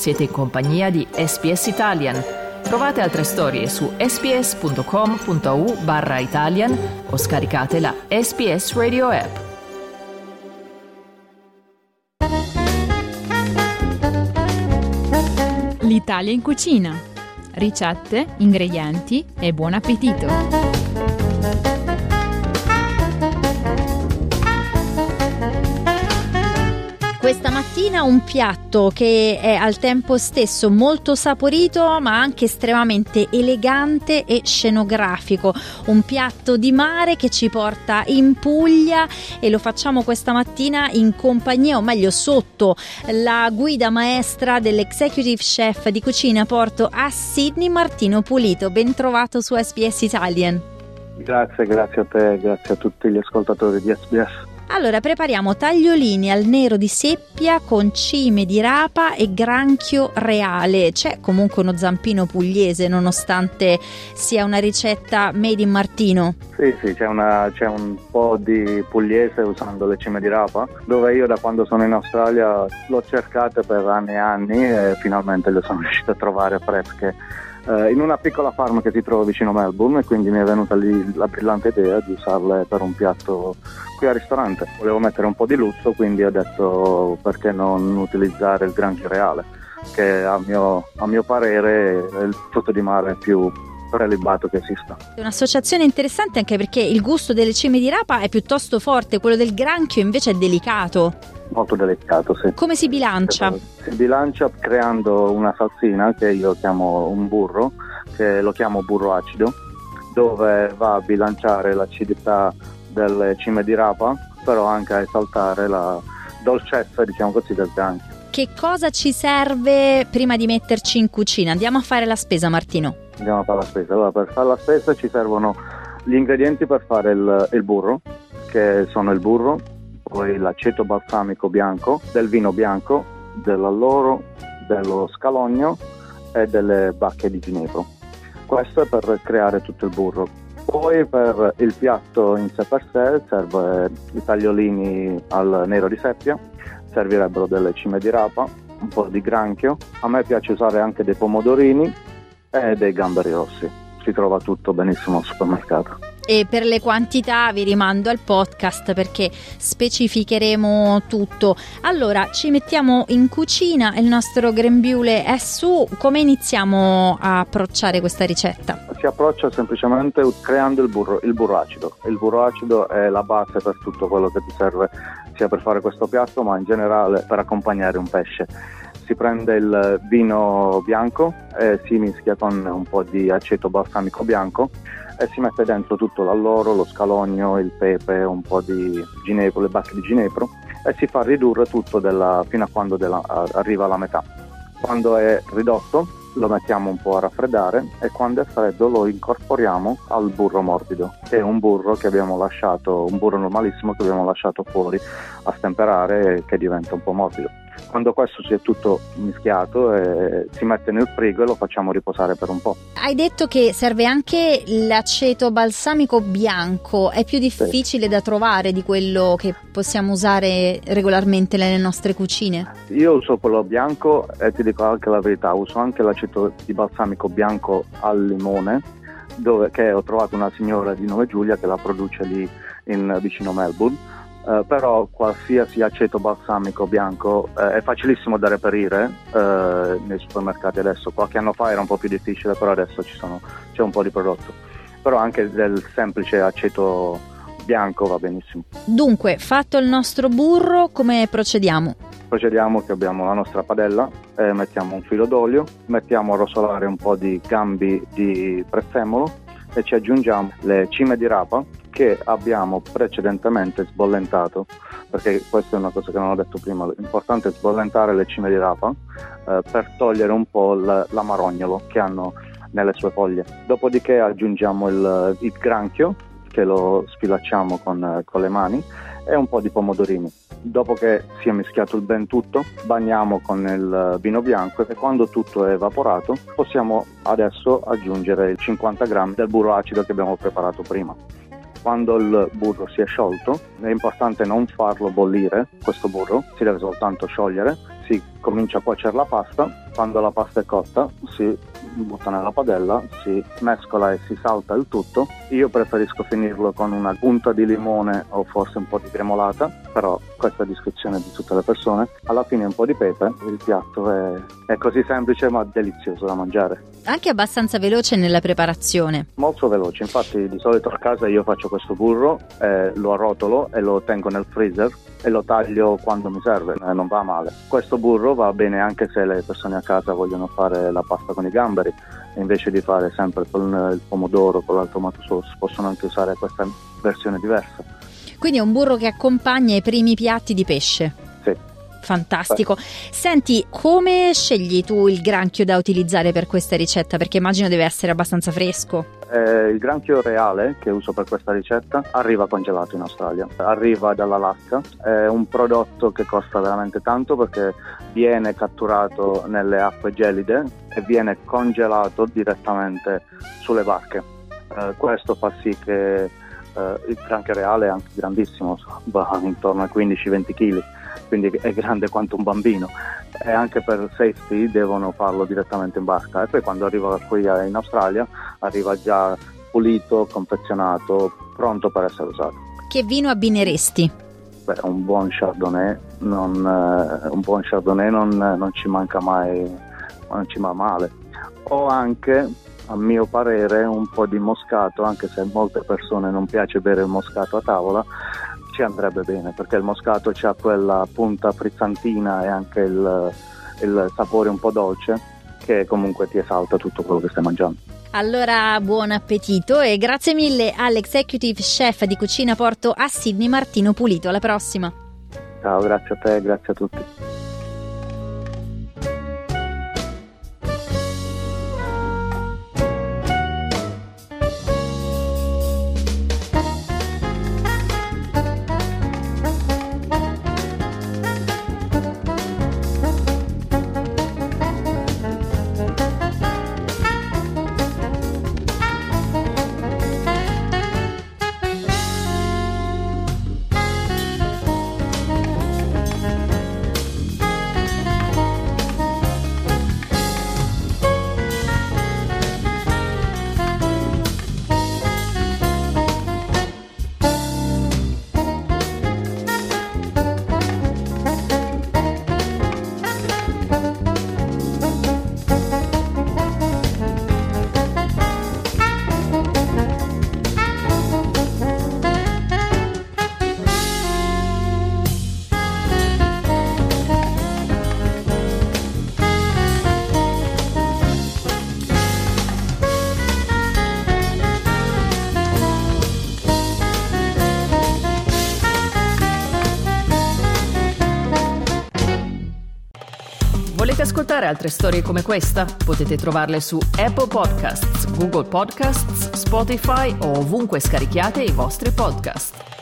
Siete in compagnia di SPS Italian. Trovate altre storie su sps.com.au/Italian o scaricate la SPS Radio app. L'Italia in cucina. Ricette, ingredienti e buon appetito! Questa mattina un piatto che è al tempo stesso molto saporito ma anche estremamente elegante e scenografico. Un piatto di mare che ci porta in Puglia e lo facciamo questa mattina in compagnia, o meglio sotto la guida maestra dell'Executive Chef di Cucina Porto a Sydney, Martino Pulito. Ben trovato su SBS Italian. Grazie a te, grazie a tutti gli ascoltatori di SBS. Allora, prepariamo tagliolini al nero di seppia con cime di rapa e granchio reale. C'è comunque uno zampino pugliese nonostante sia una ricetta made in Martino? Sì, c'è un po' di pugliese usando le cime di rapa, dove io da quando sono in Australia l'ho cercate per anni e anni e finalmente le sono riuscito a trovare fresche in una piccola farm che si trova vicino a Melbourne, e quindi mi è venuta lì la brillante idea di usarle per un piatto qui al ristorante. Volevo mettere un po' di lusso, quindi ho detto perché non utilizzare il granchio reale, che a mio parere è il frutto di mare più prelibato che esista. È un'associazione interessante anche perché il gusto delle cime di rapa è piuttosto forte, quello del granchio invece è delicato. Molto delicato, sì. Come si bilancia? Si bilancia creando una salsina che io chiamo un burro, che lo chiamo burro acido, dove va a bilanciare l'acidità delle cime di rapa, però anche a esaltare la dolcezza, diciamo così, del granchio. Che cosa ci serve prima di metterci in cucina? Andiamo a fare la spesa, Martino. Andiamo a fare la spesa. Allora, per fare la spesa ci servono gli ingredienti per fare il burro, che sono il burro, poi l'aceto balsamico bianco, del vino bianco, dell'alloro, dello scalogno e delle bacche di ginepro. Questo è per creare tutto il burro. Poi per il piatto in sé per sé serve i tagliolini al nero di seppia, servirebbero delle cime di rapa, un po' di granchio, a me piace usare anche dei pomodorini e dei gamberi rossi. Si trova tutto benissimo al supermercato. E per le quantità vi rimando al podcast perché specificheremo tutto. Allora ci mettiamo in cucina, il nostro grembiule è su. Come iniziamo a approcciare questa ricetta? Si approccia semplicemente creando il burro acido. Il burro acido è la base per tutto quello che ti serve sia per fare questo piatto, ma in generale per accompagnare un pesce. Si prende il vino bianco e si mischia con un po' di aceto balsamico bianco e si mette dentro tutto l'alloro, lo scalogno, il pepe, un po' di ginepro, le bacche di ginepro, e si fa ridurre tutto fino a quando arriva alla metà. Quando è ridotto lo mettiamo un po' a raffreddare e quando è freddo lo incorporiamo al burro morbido, che è un burro che abbiamo lasciato, un burro normalissimo che abbiamo lasciato fuori a stemperare e che diventa un po' morbido. Quando questo si è tutto mischiato si mette nel frigo e lo facciamo riposare per un po'. Hai detto che serve anche l'aceto balsamico bianco, è più difficile da trovare di quello che possiamo usare regolarmente nelle nostre cucine? Io uso quello bianco e ti dico anche la verità, uso anche l'aceto di balsamico bianco al limone, che ho trovato una signora di nome Giulia che la produce lì vicino Melbourne. Però qualsiasi aceto balsamico bianco è facilissimo da reperire nei supermercati adesso. Qualche anno fa era un po' più difficile, però adesso c'è un po' di prodotto. Però anche del semplice aceto bianco va benissimo. Dunque, fatto il nostro burro, come procediamo? Procediamo che abbiamo la nostra padella, mettiamo un filo d'olio, mettiamo a rosolare un po' di gambi di prezzemolo e ci aggiungiamo le cime di rapa che abbiamo precedentemente sbollentato, perché questa è una cosa che non ho detto prima, l'importante è sbollentare le cime di rapa per togliere un po' l'amarognolo che hanno nelle sue foglie. Dopodiché aggiungiamo il granchio, che lo sfilacciamo con le mani, e un po' di pomodorini. Dopo che si è mischiato il ben tutto, bagniamo con il vino bianco e quando tutto è evaporato possiamo adesso aggiungere il 50 grammi del burro acido che abbiamo preparato prima. Quando il burro si è sciolto, è importante non farlo bollire, questo burro, si deve soltanto sciogliere, si comincia a cuocere la pasta Quando la pasta è cotta si butta nella padella, si mescola e si salta il tutto. Io preferisco finirlo con una punta di limone o forse un po' di gremolata, però questa è a discrezione di tutte le persone. Alla fine un po' di pepe, il piatto è così semplice ma delizioso da mangiare. Anche abbastanza veloce nella preparazione. Molto veloce, infatti di solito a casa io faccio questo burro, lo arrotolo e lo tengo nel freezer e lo taglio quando mi serve, non va male. Questo burro va bene anche se le persone a casa vogliono fare la pasta con i gamberi, e invece di fare sempre con il pomodoro, con la tomato sauce, possono anche usare questa versione diversa. Quindi è un burro che accompagna i primi piatti di pesce. Sì. Fantastico. Senti, come scegli tu il granchio da utilizzare per questa ricetta? Perché immagino deve essere abbastanza fresco. Il granchio reale che uso per questa ricetta arriva congelato in Australia, arriva dall'Alaska, è un prodotto che costa veramente tanto perché viene catturato nelle acque gelide e viene congelato direttamente sulle barche. Questo fa sì che il granchio reale è anche grandissimo, va intorno ai 15-20 kg, quindi è grande quanto un bambino, e anche per safety devono farlo direttamente in barca, e poi quando arriva qui in Australia arriva già pulito, confezionato, pronto per essere usato. Che vino abbineresti? Beh, un buon Chardonnay non ci manca mai, non ci va male. O anche, a mio parere, un po' di moscato, anche se a molte persone non piace bere il moscato a tavola, ci andrebbe bene, perché il moscato c'ha quella punta frizzantina e anche il sapore un po' dolce che comunque ti esalta tutto quello che stai mangiando. Allora, buon appetito e grazie mille all'executive chef di Cucina Porto a Sydney, Martino Pulito. Alla prossima. Ciao, grazie a te, grazie a tutti. Volete ascoltare altre storie come questa? Potete trovarle su Apple Podcasts, Google Podcasts, Spotify o ovunque scarichiate i vostri podcast.